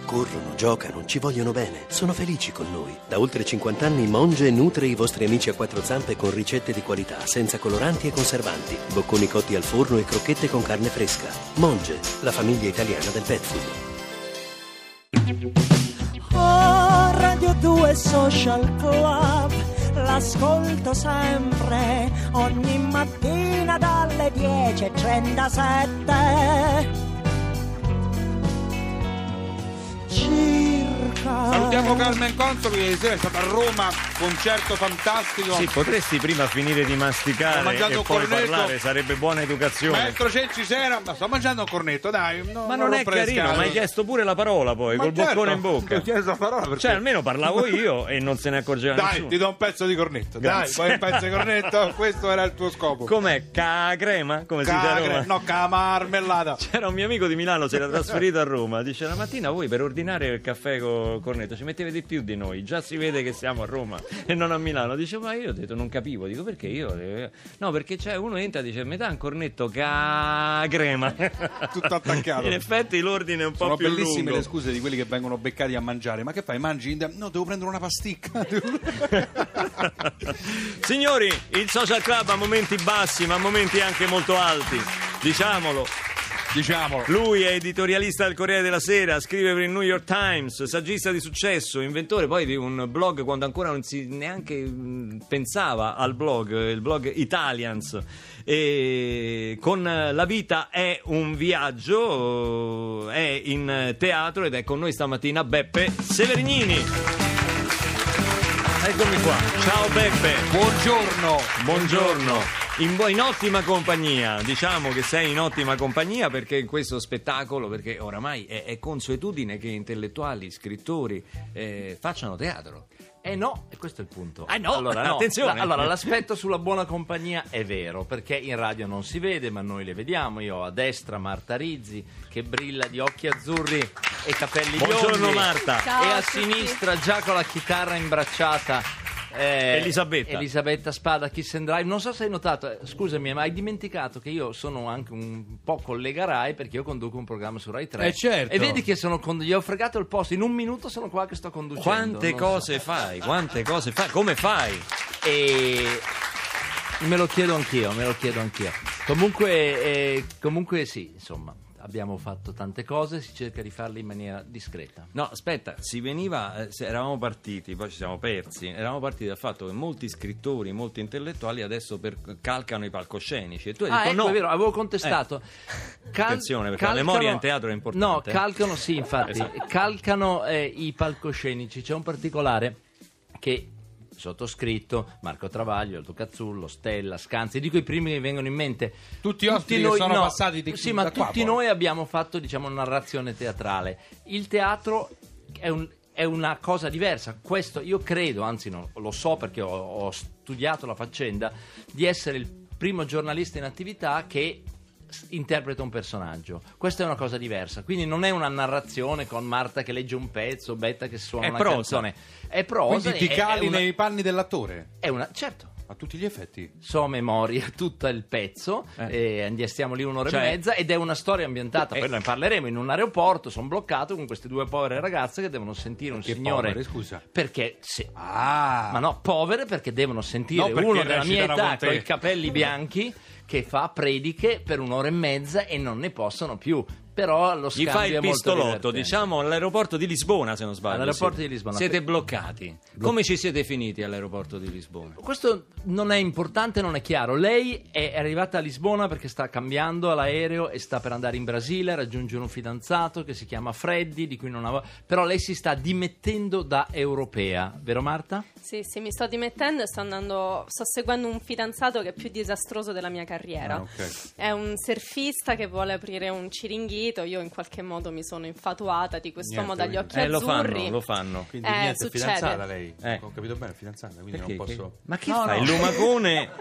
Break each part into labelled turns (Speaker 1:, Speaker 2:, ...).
Speaker 1: corrono, giocano, ci vogliono bene, sono felici con noi. Da oltre 50 anni Monge nutre i vostri amici a quattro zampe con ricette di qualità, senza coloranti e conservanti, bocconi cotti al forno e crocchette con carne fresca. Monge, la famiglia italiana del pet food.
Speaker 2: Oh, Radio 2 Social Club, l'ascolto sempre, ogni mattina dalle 10:37.
Speaker 3: Salutiamo Carmen Consoli, che ieri sera è stata a Roma, concerto fantastico.
Speaker 4: Sì, potresti prima finire di masticare e poi parlare, sarebbe buona educazione.
Speaker 3: Maestro Cenci sera, ma sto mangiando un cornetto, dai.
Speaker 4: Ma non è carino, ma hai chiesto pure la parola poi, col boccone in bocca.
Speaker 3: Ho chiesto la parola perché...
Speaker 4: Cioè, almeno parlavo io e non se ne accorgeva
Speaker 3: dai,
Speaker 4: nessuno.
Speaker 3: Ti do un pezzo di cornetto.
Speaker 4: Grazie.
Speaker 3: Dai, poi un pezzo di cornetto, questo era il tuo scopo.
Speaker 4: Com'è? Crema? Come si dice a Roma?
Speaker 3: No, marmellata.
Speaker 4: C'era un mio amico di Milano, si era trasferito a Roma. Dice: la mattina voi per ordinare il caffè col cornetto ci mettete di più di noi, già si vede che siamo a Roma e non a Milano. Dice: ma io ho detto non capivo, dico perché io no, perché c'è uno entra e dice metà un cornetto crema
Speaker 3: tutto attaccato.
Speaker 4: In effetti l'ordine è un po' più lungo.
Speaker 3: Sono bellissime le scuse di quelli che vengono beccati a mangiare. Ma che fai, mangi? No, devo prendere una pasticca.
Speaker 4: Signori, il Social Club ha momenti bassi ma momenti anche molto alti, diciamolo. Lui è editorialista del Corriere della Sera, scrive per il New York Times, saggista di successo, inventore poi di un blog quando ancora non si neanche pensava al blog, il blog Italians. E con La vita è un viaggio, è in teatro ed è con noi stamattina Beppe Severnini. Eccomi qua. Ciao Beppe. Buongiorno. In ottima compagnia, diciamo che sei in ottima compagnia perché in questo spettacolo, perché oramai è consuetudine che intellettuali, scrittori facciano teatro.
Speaker 5: No, e questo è il punto.
Speaker 4: No,
Speaker 5: allora,
Speaker 4: attenzione.
Speaker 5: Allora, l'aspetto sulla buona compagnia è vero, perché in radio non si vede, ma noi le vediamo. Io ho a destra Marta Rizzi, che brilla di occhi azzurri e capelli biondi.
Speaker 4: Buongiorno Marta.
Speaker 5: Ciao, e a sinistra, già con la chitarra imbracciata, Elisabetta Spada, Kiss and Drive. Non so se hai notato, scusami, ma hai dimenticato che io sono anche un po' collega Rai, perché io conduco un programma su Rai 3.
Speaker 3: Certo.
Speaker 5: E vedi che gli ho fregato il posto, in un minuto sono qua che sto conducendo.
Speaker 4: Quante cose fai? Come fai?
Speaker 5: E me lo chiedo anch'io. Comunque sì, insomma, abbiamo fatto tante cose, si cerca di farle in maniera discreta.
Speaker 4: No, aspetta, eravamo partiti, poi ci siamo persi. Eravamo partiti dal fatto che molti scrittori, molti intellettuali adesso calcano i palcoscenici. E tu hai detto
Speaker 5: ecco,
Speaker 4: no.
Speaker 5: È vero, avevo contestato.
Speaker 4: Attenzione, perché la memoria in teatro è importante.
Speaker 5: No, calcano, sì, infatti,
Speaker 4: esatto.
Speaker 5: Calcano i palcoscenici. C'è un particolare che sottoscritto, Marco Travaglio, Aldo Cazzullo, Stella, Scanzi, dico i primi che mi vengono in mente.
Speaker 3: Tutti ospiti noi, che sono passati
Speaker 5: sì, ma tutti noi abbiamo fatto, diciamo, narrazione teatrale. Il teatro è una cosa diversa. Questo io credo, anzi no, lo so perché ho studiato la faccenda, di essere il primo giornalista in attività che interpreta un personaggio. Questa è una cosa diversa, quindi non è una narrazione con Marta che legge un pezzo, Betta che suona una canzone, è prosa.
Speaker 3: Quindi ti cali nei panni dell'attore?
Speaker 5: Certo,
Speaker 3: a tutti gli effetti.
Speaker 5: So a memoria tutto il pezzo, stiamo lì un'ora e mezza ed è una storia ambientata, poi ne parleremo, in un aeroporto, sono bloccato con queste due povere ragazze che devono sentire un signore.
Speaker 3: Povere, scusa.
Speaker 5: Perché ma no, povere perché devono sentire
Speaker 3: perché
Speaker 5: uno della mia età
Speaker 3: con
Speaker 5: con i capelli bianchi che fa prediche per un'ora e mezza e non ne possono più. Però lo scambio
Speaker 4: gli fai il
Speaker 5: è molto
Speaker 4: pistolotto,
Speaker 5: divertente.
Speaker 4: diciamo, all'aeroporto di Lisbona, se non sbaglio.
Speaker 5: All'aeroporto di Lisbona.
Speaker 4: Siete bloccati. Come ci siete finiti all'aeroporto di Lisbona?
Speaker 5: Questo non è importante, non è chiaro. Lei è arrivata a Lisbona perché sta cambiando l'aereo e sta per andare in Brasile a raggiungere un fidanzato che si chiama Freddy, di cui non aveva... Però lei si sta dimettendo da europea, vero Marta?
Speaker 6: Sì, mi sto dimettendo e sto seguendo un fidanzato che è più disastroso della mia carriera.
Speaker 3: Okay.
Speaker 6: È un surfista che vuole aprire un ciringhito. Io in qualche modo mi sono infatuata di quest'uomo dagli occhi azzurri.
Speaker 4: Lo fanno.
Speaker 3: Quindi niente, è
Speaker 6: succede.
Speaker 3: fidanzata lei. Ho capito bene, è fidanzata, quindi
Speaker 4: Perché?
Speaker 3: non posso...
Speaker 4: Ma che fai? Il lumacone?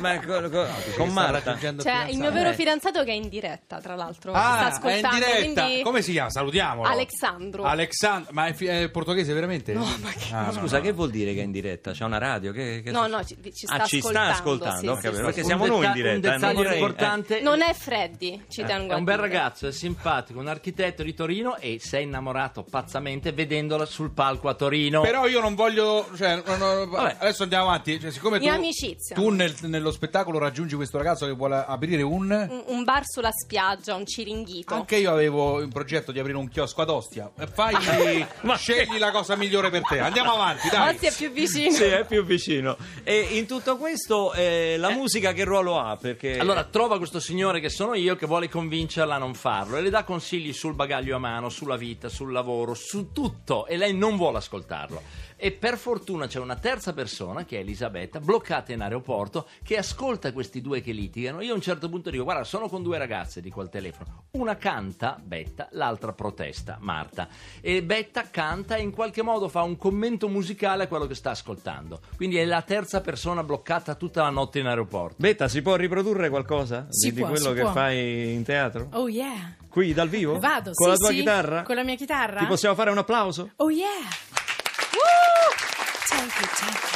Speaker 4: Con Marta?
Speaker 6: C'è il mio vero fidanzato che è in diretta, tra l'altro. Sta ascoltando,
Speaker 3: è in diretta.
Speaker 6: quindi...
Speaker 3: Come si chiama? Salutiamolo.
Speaker 6: Alexandro.
Speaker 3: Ma è portoghese veramente?
Speaker 6: No, ma che...
Speaker 4: Scusa, che vuol dire che è in diretta? C'è una radio?
Speaker 6: No, ci sta
Speaker 4: ci sta ascoltando,
Speaker 6: sì,
Speaker 4: ho capito,
Speaker 6: sì,
Speaker 4: perché
Speaker 6: sì.
Speaker 4: siamo noi in
Speaker 5: Un
Speaker 4: diretta.
Speaker 5: dettaglio importante.
Speaker 6: Non è Freddy, ci tengo a
Speaker 5: È un bel
Speaker 6: dire.
Speaker 5: ragazzo, si simpatico, un architetto di Torino, e sei innamorato pazzamente vedendola sul palco a Torino.
Speaker 3: Però io non voglio, adesso andiamo avanti, siccome
Speaker 6: In amicizia.
Speaker 3: tu nello spettacolo raggiungi questo ragazzo che vuole aprire
Speaker 6: un bar sulla spiaggia, un ciringhito.
Speaker 3: Anche io avevo in progetto di aprire un chiosco ad Ostia. Scegli la cosa migliore per te. Andiamo avanti, dai.
Speaker 6: Ostia è più vicino.
Speaker 4: Sì, è più vicino. E in tutto questo la musica che ruolo ha? Perché
Speaker 5: Allora trova questo signore che sono io, che vuole convincerla a non farlo, e le dà consigli sul bagaglio a mano, sulla vita, sul lavoro, su tutto, e lei non vuole ascoltarlo. E per fortuna c'è una terza persona, che è Elisabetta, bloccata in aeroporto, che ascolta questi due che litigano. Io a un certo punto dico: guarda, sono con due ragazze, dico al telefono, una canta, Betta, l'altra protesta, Marta, e Betta canta e in qualche modo fa un commento musicale a quello che sta ascoltando, quindi è la terza persona bloccata tutta la notte in aeroporto.
Speaker 4: Betta, si può riprodurre qualcosa di quello che fai in teatro?
Speaker 7: Oh yeah.
Speaker 4: Qui dal vivo?
Speaker 7: Vado,
Speaker 4: con la tua chitarra?
Speaker 7: Con la mia chitarra?
Speaker 4: Ti possiamo fare un applauso?
Speaker 7: Oh yeah. Woo! Thank you.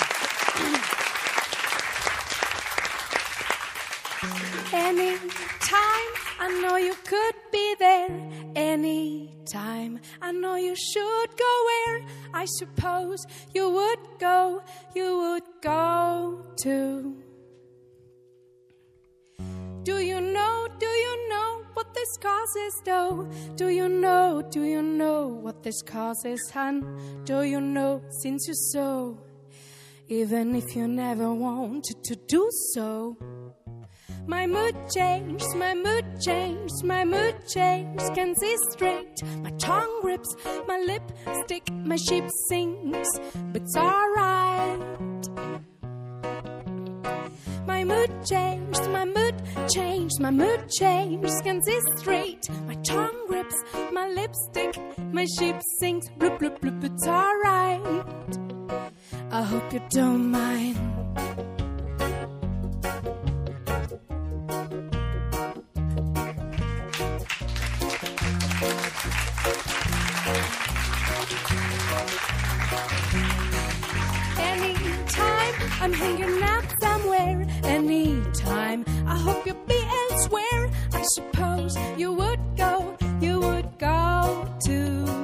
Speaker 7: Anytime I know you could be there. Anytime I know you should go where I suppose you would go to. Do you know what this causes, though? Do you know what this causes, hun? Do you know, since you so, even if you never wanted to do so? My mood changed, can't see straight. My tongue grips, my lipstick, my ship sinks, but it's alright. My mood changed, can't see straight. My tongue grips, my lipstick, my ship sinks, bloop, bloop, bloop, it's alright. I hope you don't mind. Anytime I'm hanging out somewhere, anytime I hope you'll be elsewhere, I suppose you would go to.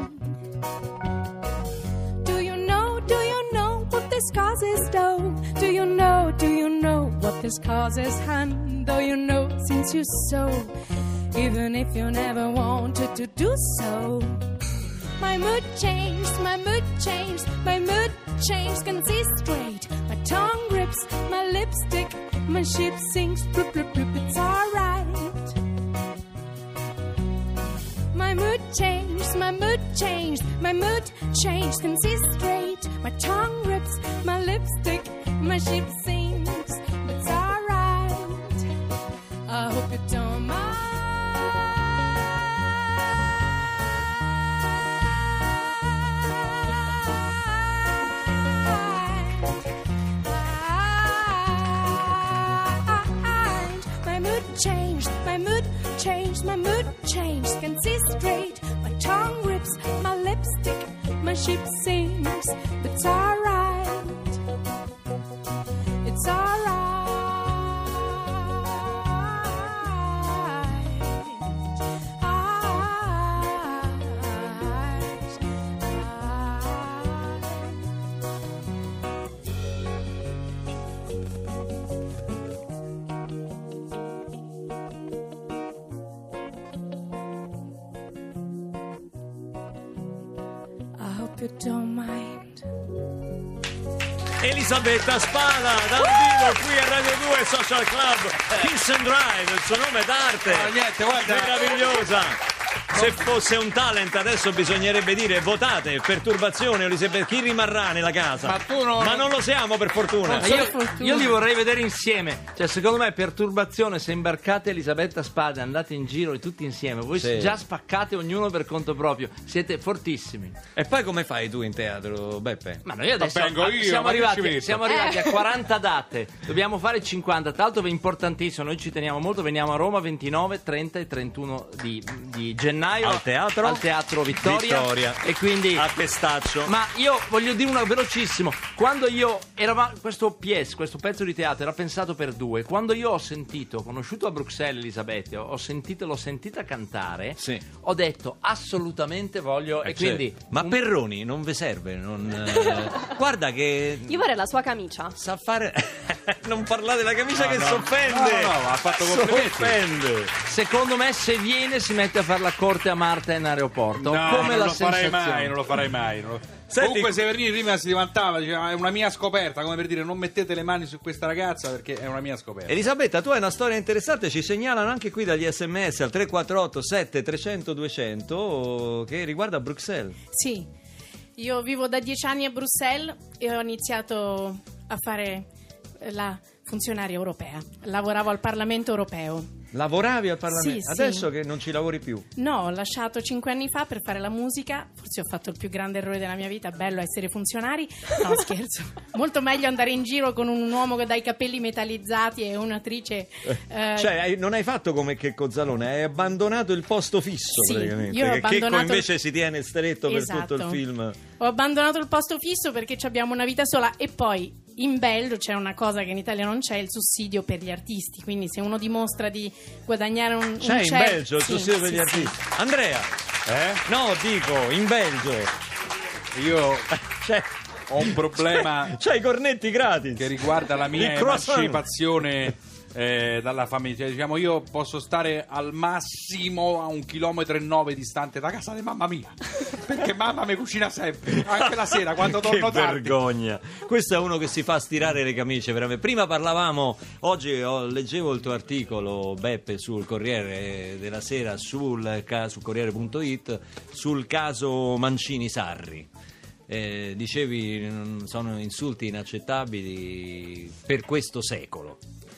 Speaker 7: Do you know what this causes, though? Do you know what this causes, hun? Though you know, since you so, even if you never wanted to do so. My mood changed, can see straight. My tongue grips, my lipstick, my ship sinks, bloop, bloop, bloop, it's alright. My mood changed, can see straight. My tongue grips, my lipstick, my ship sinks, but it's alright. I hope you don't mind. My mood changed, can see straight. My tongue grips, my lipstick, my ship sinks, but it's alright. It's alright. You don't mind.
Speaker 4: Elisabetta Spada dal vivo qui a Radio 2 Social Club. Kiss and Drive, il suo nome d'arte.
Speaker 3: Niente, guarda.
Speaker 4: Meravigliosa. Se fosse un talent adesso bisognerebbe dire votate, perturbazione, Elisabetta, chi rimarrà nella casa? Ma non lo siamo, per fortuna.
Speaker 5: Io li vorrei vedere insieme. Cioè, secondo me perturbazione, se imbarcate Elisabetta Spada, andate in giro tutti insieme, voi già spaccate ognuno per conto proprio, siete fortissimi.
Speaker 4: E poi come fai tu in teatro, Beppe?
Speaker 5: Ma noi adesso siamo arrivati a 40 date, dobbiamo fare 50. Tra l'altro è importantissimo, noi ci teniamo molto, veniamo a Roma 29, 30 e 31 di gennaio
Speaker 4: gennaio al Teatro
Speaker 5: Vittoria. E quindi
Speaker 4: a Testaccio.
Speaker 5: Ma io voglio dire una velocissimo. Quando io questo pezzo di teatro era pensato per due. Quando io ho conosciuto a Bruxelles Elisabetta, l'ho sentita cantare,
Speaker 4: sì,
Speaker 5: ho detto assolutamente voglio. E quindi
Speaker 4: ma Perroni non vi serve, guarda che
Speaker 6: io vorrei la sua camicia.
Speaker 4: Sa fare non parlare della camicia che s'offende.
Speaker 3: No, ha fatto complimenti.
Speaker 5: Secondo me se viene si mette a fare la corte a Marta in aeroporto.
Speaker 3: No,
Speaker 5: come
Speaker 3: non
Speaker 5: la
Speaker 3: lo farei
Speaker 5: sensazione.
Speaker 3: mai, non lo farei mai.
Speaker 4: Senti,
Speaker 3: comunque Severini prima si vantava, diceva è una mia scoperta, come per dire non mettete le mani su questa ragazza perché è una mia scoperta.
Speaker 4: Elisabetta, tu hai una storia interessante, ci segnalano anche qui dagli SMS al 348 7300 200 che riguarda Bruxelles.
Speaker 7: Sì, io vivo da 10 anni a Bruxelles e ho iniziato a fare la funzionaria europea. Lavoravo al Parlamento europeo.
Speaker 4: Lavoravi al Parlamento?
Speaker 7: Sì,
Speaker 4: Adesso
Speaker 7: sì.
Speaker 4: che non ci lavori più?
Speaker 7: No, ho lasciato 5 anni fa per fare la musica. Forse ho fatto il più grande errore della mia vita. Bello essere funzionari. No, scherzo. Molto meglio andare in giro con un uomo dai capelli metallizzati e un'attrice.
Speaker 4: Cioè, non hai fatto come Checco Zalone, hai abbandonato il posto fisso,
Speaker 7: sì,
Speaker 4: praticamente.
Speaker 7: Io ho
Speaker 4: Checco
Speaker 7: abbandonato
Speaker 4: invece si tiene stretto
Speaker 7: esatto,
Speaker 4: per tutto il film.
Speaker 7: Ho abbandonato il posto fisso perché abbiamo una vita sola e poi in Belgio c'è una cosa che in Italia non c'è, il sussidio per gli artisti. Quindi se uno dimostra di guadagnare
Speaker 4: c'è in Belgio il sussidio per gli artisti. Andrea, no, dico in Belgio
Speaker 3: Io ho un problema
Speaker 4: c'hai i cornetti gratis
Speaker 3: che riguarda la mia emancipazione dalla famiglia. Diciamo, io posso stare al massimo a 1,9 km distante da casa di mamma mia, perché mamma mi cucina sempre, anche la sera quando torno
Speaker 4: che
Speaker 3: tardi.
Speaker 4: vergogna, questo è uno che si fa stirare le camicie veramente. Prima parlavamo, oggi leggevo il tuo articolo, Beppe, sul Corriere della Sera, sul Corriere.it, sul caso Mancini-Sarri. Dicevi sono insulti inaccettabili per questo secolo.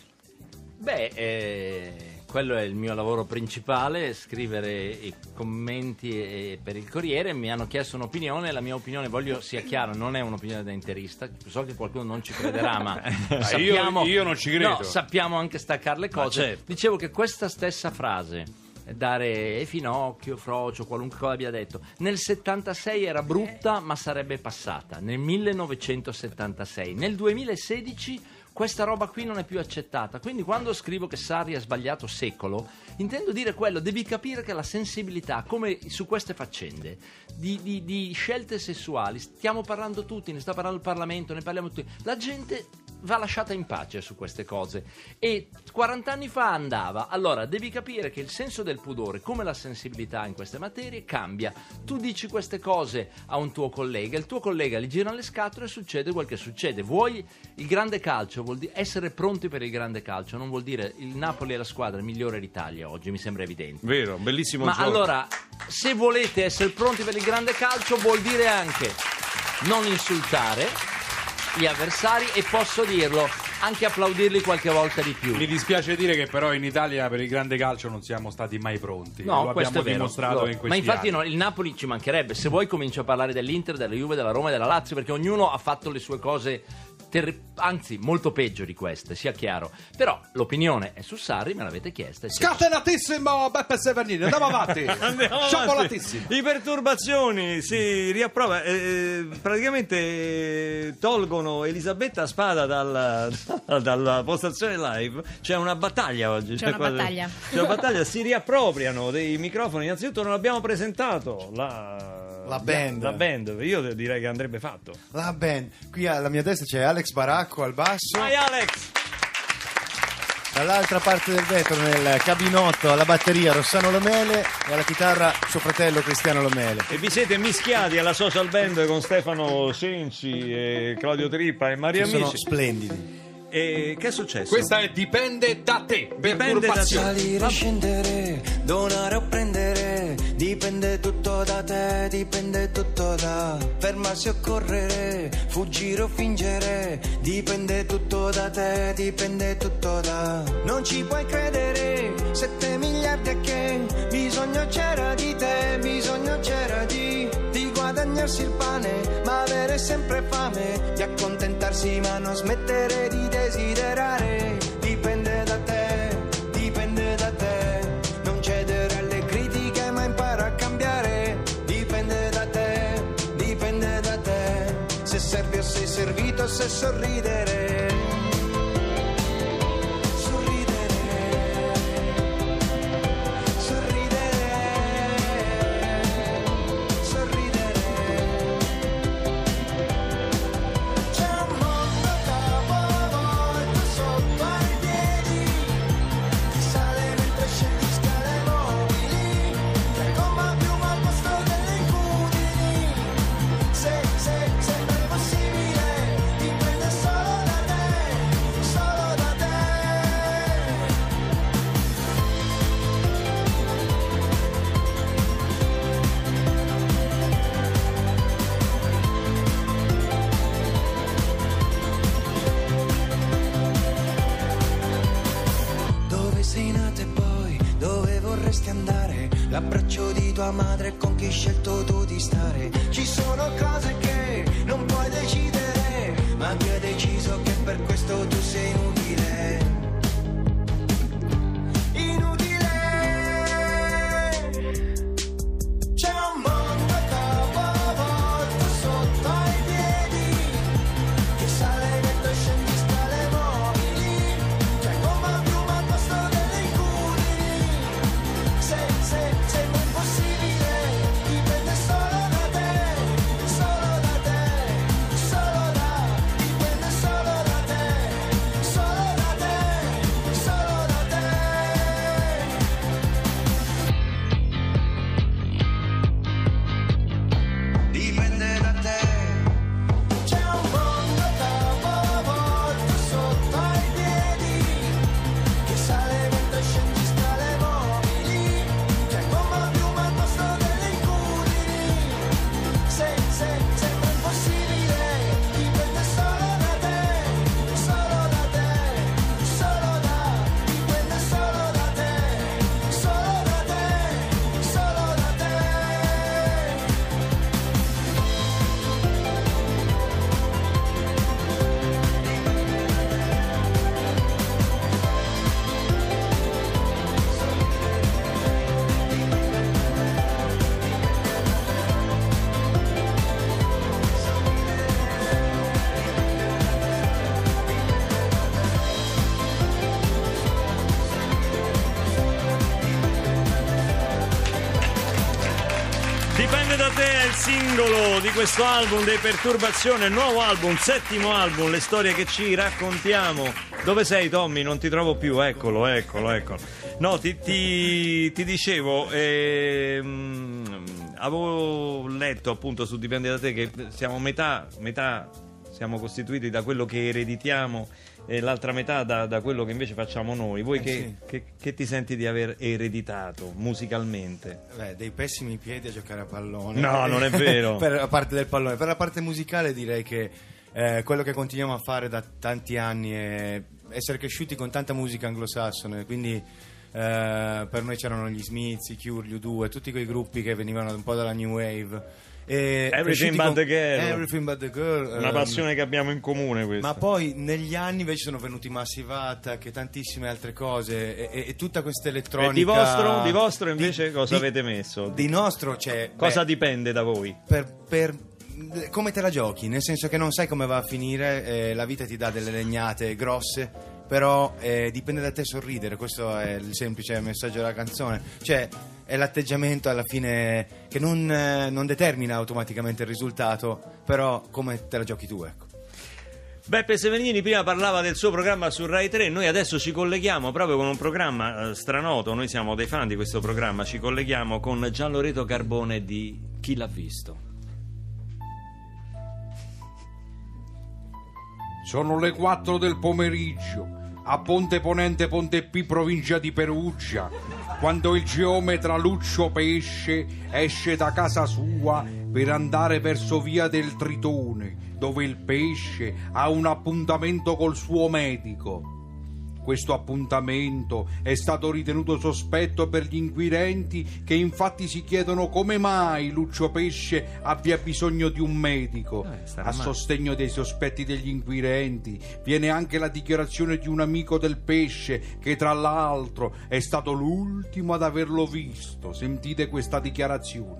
Speaker 5: Quello è il mio lavoro principale, scrivere i commenti per il Corriere. Mi hanno chiesto un'opinione, la mia opinione, voglio sia chiaro, non è un'opinione da interista. So che qualcuno non ci crederà, ma sappiamo,
Speaker 3: io non ci credo.
Speaker 5: No, sappiamo anche staccare le cose.
Speaker 4: Certo.
Speaker 5: Dicevo che questa stessa frase, dare Finocchio, Frocio, qualunque cosa abbia detto, nel 76 era brutta ma sarebbe passata, nel 1976, nel 2016 questa roba qui non è più accettata. Quindi quando scrivo che Sarri ha sbagliato secolo, intendo dire quello, devi capire che la sensibilità, come su queste faccende di scelte sessuali, stiamo parlando tutti, ne sta parlando il Parlamento, ne parliamo tutti, la gente va lasciata in pace su queste cose e 40 anni fa andava. Allora devi capire che il senso del pudore, come la sensibilità in queste materie, cambia. Tu dici queste cose a un tuo collega, il tuo collega gli gira le scatole e succede quel che succede. Vuoi il grande calcio, vuol dire essere pronti per il grande calcio, non vuol dire il Napoli è la squadra migliore d'Italia oggi, mi sembra evidente.
Speaker 4: Vero, bellissimo
Speaker 5: ma
Speaker 4: gioco.
Speaker 5: Allora, se volete essere pronti per il grande calcio, vuol dire anche non insultare gli avversari e, posso dirlo, anche applaudirli qualche volta di più.
Speaker 3: Mi dispiace dire che però in Italia per il grande calcio non siamo stati mai pronti.
Speaker 5: No,
Speaker 3: lo
Speaker 5: questo
Speaker 3: abbiamo
Speaker 5: è vero.
Speaker 3: dimostrato in questi
Speaker 5: ma infatti
Speaker 3: anni.
Speaker 5: no, il Napoli ci mancherebbe. Se vuoi comincio a parlare dell'Inter, della Juve, della Roma e della Lazio, perché ognuno ha fatto le sue cose anzi molto peggio di queste, sia chiaro. Però l'opinione è su Sarri, me l'avete chiesta.
Speaker 3: Scatenatissimo Beppe Severini, andiamo avanti. Sciabolatissimo.
Speaker 4: I perturbazioni si riapprova, praticamente tolgono Elisabetta Spada dalla postazione live. C'è una battaglia oggi.
Speaker 7: C'è una
Speaker 4: battaglia, si riappropriano dei microfoni. Innanzitutto non abbiamo presentato la band. Io direi che andrebbe fatto
Speaker 8: la band. Qui alla mia destra c'è Alex Baracco al basso.
Speaker 4: Vai Alex!
Speaker 8: Dall'altra parte del vetro nel cabinotto alla batteria Rossano Lomele e alla chitarra suo fratello Cristiano Lomele.
Speaker 4: E vi siete mischiati alla social band con Stefano Cenci e Claudio Trippa e Maria Amici.
Speaker 8: Sono splendidi.
Speaker 4: E che è successo?
Speaker 3: Questa è Dipende da te.
Speaker 4: Dipende da te.
Speaker 9: Salire, scendere, donare o prendere, dipende tutto da te, dipende tutto da fermarsi o correre, fuggire o fingere, dipende tutto da te, dipende tutto da non ci puoi credere, 7 miliardi e che bisogno c'era di te, bisogno c'era di guadagnarsi il pane, ma avere sempre fame, di accontentarsi ma non smettere di desiderare, dipende da te, non cedere alle critiche ma impara a servito se sorridere. L'abbraccio di tua madre con chi hai scelto tu di stare. Ci sono cose che non puoi decidere, ma tu hai deciso che per questo tu sei inutile. Inutile. C'è un mondo capovolto sotto ai piedi, che sale lento e scendi scale mobili, c'è gomma piuma al posto delle incudini. Sembra impossibile, dipende solo da te, solo da te, dipende solo da te, solo da te, solo da te. Dipende da te. C'è un mondo capovolto sotto ai piedi, che sale mentre scendi scale mobili, c'è gomma piuma al posto delle incudini. Sembra impossibile, dipende solo da te, solo da te, dipende solo da te, solo da te, solo da te.
Speaker 4: Dipende da te è il singolo di questo album dei Perturbazione, il nuovo album, 7° album, le storie che ci raccontiamo. Dove sei, Tommy? Non ti trovo più, eccolo. No, ti dicevo, avevo letto appunto su Dipende da te che siamo metà siamo costituiti da quello che ereditiamo e l'altra metà da quello che invece facciamo noi. Voi che ti senti di aver ereditato musicalmente?
Speaker 8: Beh, dei pessimi piedi a giocare a pallone.
Speaker 4: No, non è vero.
Speaker 8: Per la parte del pallone, per la parte musicale direi che quello che continuiamo a fare da tanti anni è essere cresciuti con tanta musica anglosassone, quindi per noi c'erano gli Smiths, i Cure, gli U2, tutti quei gruppi che venivano un po' dalla New Wave.
Speaker 4: Everything but the
Speaker 8: Girl,
Speaker 4: una passione che abbiamo in comune questa.
Speaker 8: Ma poi negli anni invece sono venuti Massive Attack e tantissime altre cose e tutta questa elettronica.
Speaker 4: E di vostro invece cosa avete messo?
Speaker 8: Di nostro
Speaker 4: cosa dipende da voi?
Speaker 8: Per come te la giochi, nel senso che non sai come va a finire, la vita ti dà delle legnate grosse, però dipende da te sorridere. Questo è il semplice messaggio della canzone, cioè è l'atteggiamento alla fine che non determina automaticamente il risultato, però come te la giochi tu, ecco.
Speaker 4: Beppe Severnini prima parlava del suo programma su Rai 3, noi adesso ci colleghiamo proprio con un programma stranoto, noi siamo dei fan di questo programma, ci colleghiamo con Gianloreto Carbone di Chi l'ha visto.
Speaker 3: Sono le 4 del pomeriggio a Ponte Ponente, Ponte P, provincia di Perugia, quando il geometra Lucio Pesce esce da casa sua per andare verso via del Tritone, dove il pesce ha un appuntamento col suo medico. Questo appuntamento è stato ritenuto sospetto per gli inquirenti, che infatti si chiedono come mai Lucio Pesce abbia bisogno di un medico. A sostegno dei sospetti degli inquirenti viene anche la dichiarazione di un amico del pesce, che tra l'altro è stato l'ultimo ad averlo visto. Sentite questa dichiarazione.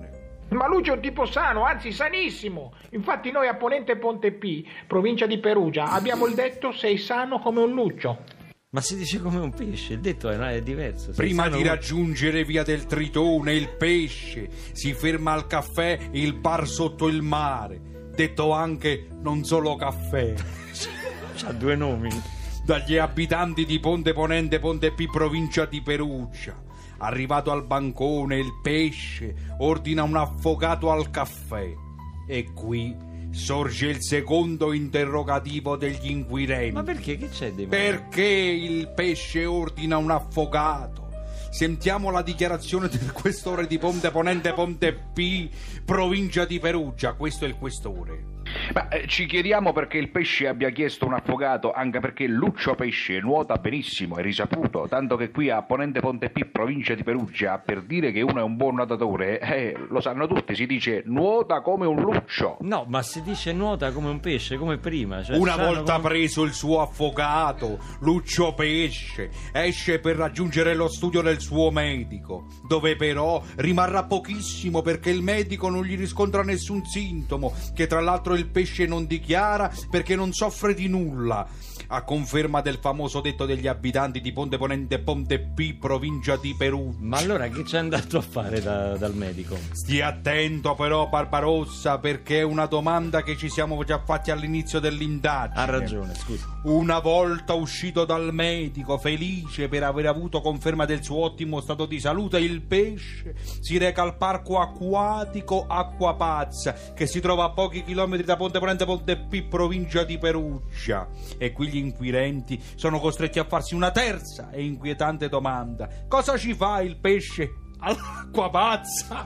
Speaker 10: Ma Lucio è un tipo sano, anzi sanissimo. Infatti noi a Ponente Ponte P, provincia di Perugia, abbiamo il detto sei sano come un luccio.
Speaker 4: Ma si dice come un pesce, il detto è diverso.
Speaker 3: Prima di raggiungere via del Tritone il pesce si ferma al caffè il bar sotto il mare, detto anche non solo caffè.
Speaker 4: C'ha 2 nomi.
Speaker 3: Dagli abitanti di Ponte Ponente Ponte P, provincia di Perugia. Arrivato al bancone il pesce ordina un affogato al caffè. E qui sorge il secondo interrogativo degli inquirenti.
Speaker 4: Ma perché? Che c'è di male?
Speaker 3: Perché il pesce ordina un affogato? Sentiamo la dichiarazione del questore di Ponte Ponente Ponte P, provincia di Perugia. Questo è il questore.
Speaker 11: Ma ci chiediamo perché il pesce abbia chiesto un affogato, anche perché Lucio Pesce nuota benissimo, è risaputo, tanto che qui a Ponente Ponte P, provincia di Perugia, per dire che uno è un buon nuotatore, lo sanno tutti, si dice nuota come un luccio.
Speaker 4: No, ma si dice nuota come un pesce, come prima. Cioè,
Speaker 3: una volta preso il suo affogato, Lucio Pesce esce per raggiungere lo studio del suo medico, dove però rimarrà pochissimo perché il medico non gli riscontra nessun sintomo, che tra l'altro il pesce non dichiara perché non soffre di nulla, a conferma del famoso detto degli abitanti di Ponte Ponente Ponte P, provincia di Perugia.
Speaker 4: Ma allora che c'è andato a fare dal medico?
Speaker 3: Stia attento però, Barbarossa, perché è una domanda che ci siamo già fatti all'inizio dell'indagine.
Speaker 4: Ha ragione, scusa.
Speaker 3: Una volta uscito dal medico, felice per aver avuto conferma del suo ottimo stato di salute, il pesce si reca al parco acquatico Acqua Pazza, che si trova a pochi chilometri da Ponte Ponente Ponte P, provincia di Perugia. E qui gli inquirenti sono costretti a farsi una terza e inquietante domanda: cosa ci fa il pesce all'Acqua Pazza?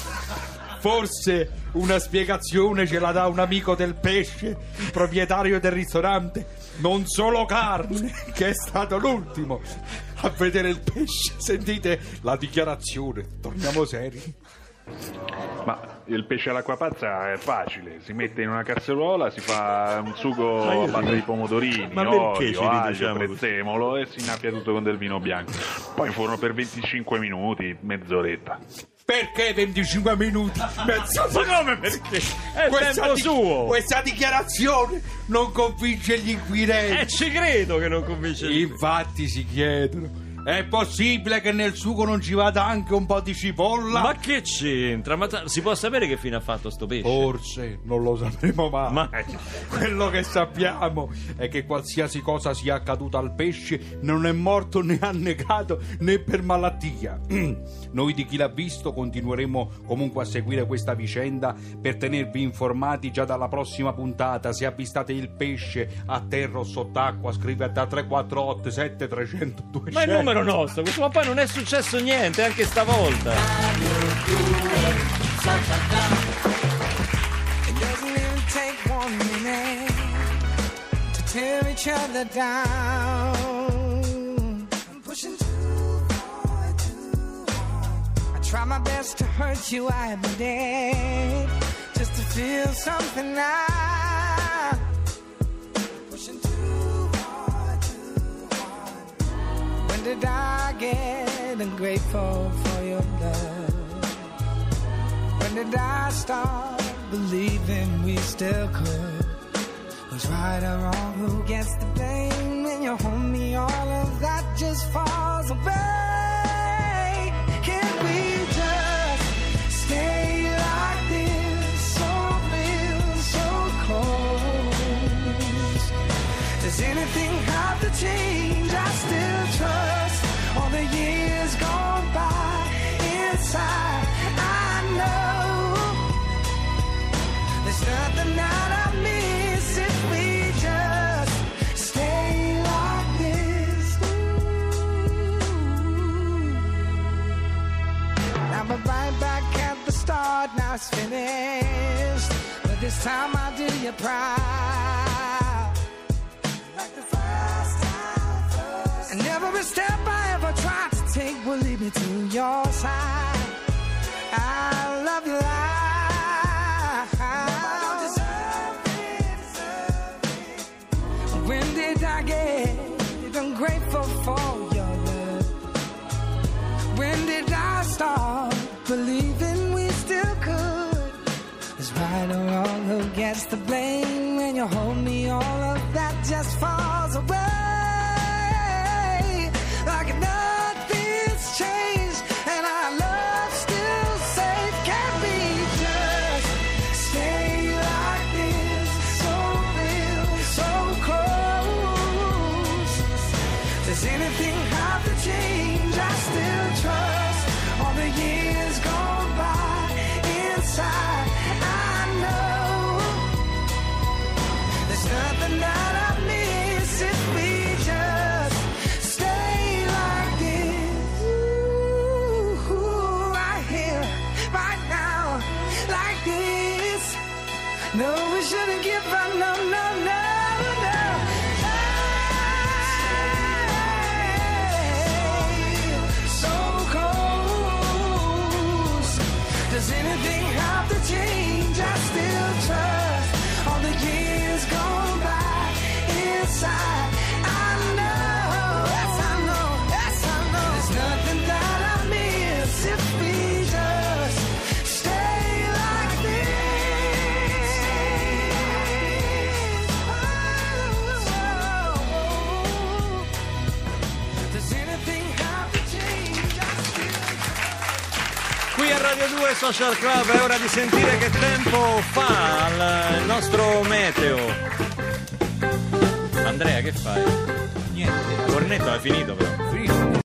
Speaker 3: Forse una spiegazione ce la dà un amico del pesce, proprietario del ristorante Non Solo Carne, che è stato l'ultimo a vedere il pesce. Sentite la dichiarazione, torniamo seri.
Speaker 12: Ma il pesce all'acqua pazza è facile, si mette in una casseruola, si fa un sugo a base di pomodorini, olio, aglio, prezzemolo e si innappia tutto con del vino bianco. Poi in forno per 25 minuti, mezz'oretta.
Speaker 3: Perché 25 minuti?
Speaker 4: Ma come perché? È tempo suo!
Speaker 3: Questa dichiarazione non convince gli inquirenti.
Speaker 4: Ci credo che non convince gli inquirenti.
Speaker 3: Infatti si chiedono: è possibile che nel sugo non ci vada anche un po' di cipolla?
Speaker 4: Ma che c'entra? Ma si può sapere che fine ha fatto sto pesce?
Speaker 3: Forse non lo sapremo mai.
Speaker 4: Ma
Speaker 3: quello che sappiamo è che qualsiasi cosa sia accaduta al pesce non è morto né annegato né per malattia. Noi di Chi l'ha visto continueremo comunque a seguire questa vicenda per tenervi informati già dalla prossima puntata. Se avvistate il pesce a terra o sott'acqua, scrivete a 348 7300 200.
Speaker 4: Ma è il numero nostro, questo, ma poi non è successo niente anche stavolta.
Speaker 13: It doesn't even take 1 minute to tear each other down. I'm pushing too far, too hard. I try my best to hurt you, I admit, just to feel something now. Pushing too far, too hard. When did I get ungrateful for your love? When did I start believing we still could? Who's right or wrong, who gets the blame? When you hold me, all of that just falls away. Can't we just stay like this, so real, so close? Does anything have to change? I still trust all the years gone by. Inside I know there's nothing that I miss if we just stay like this. Now we're right back at the start, now it's finished, but this time I'll do you proud. Like the first time. And every step I ever tried to take will lead me to your side. I love you like I don't deserve it. When did I get ungrateful for your love? When did I start believing we still could? you're who gets the blame. When you hold me, all of that just falls away. Like nothing's changed and our love's still safe. Can't we just stay like this, so real, so close? Does anything have to change? I still trust all the years gone by. Inside I know there's nothing that I miss if we just stay like this. Ooh, right here, right now, like this. No, we shouldn't give up, no, no, no, no. So close. Does anything have to change? I still trust all the years gone by. Inside I know, yes I know, yes I know. There's nothing that I miss if we just stay like this. Does anything have to change? I still
Speaker 4: Qui a Radio 2 Social Club è ora di sentire che tempo fa al nostro meteo. Andrea, che fai? Niente. Il cornetto è finito però.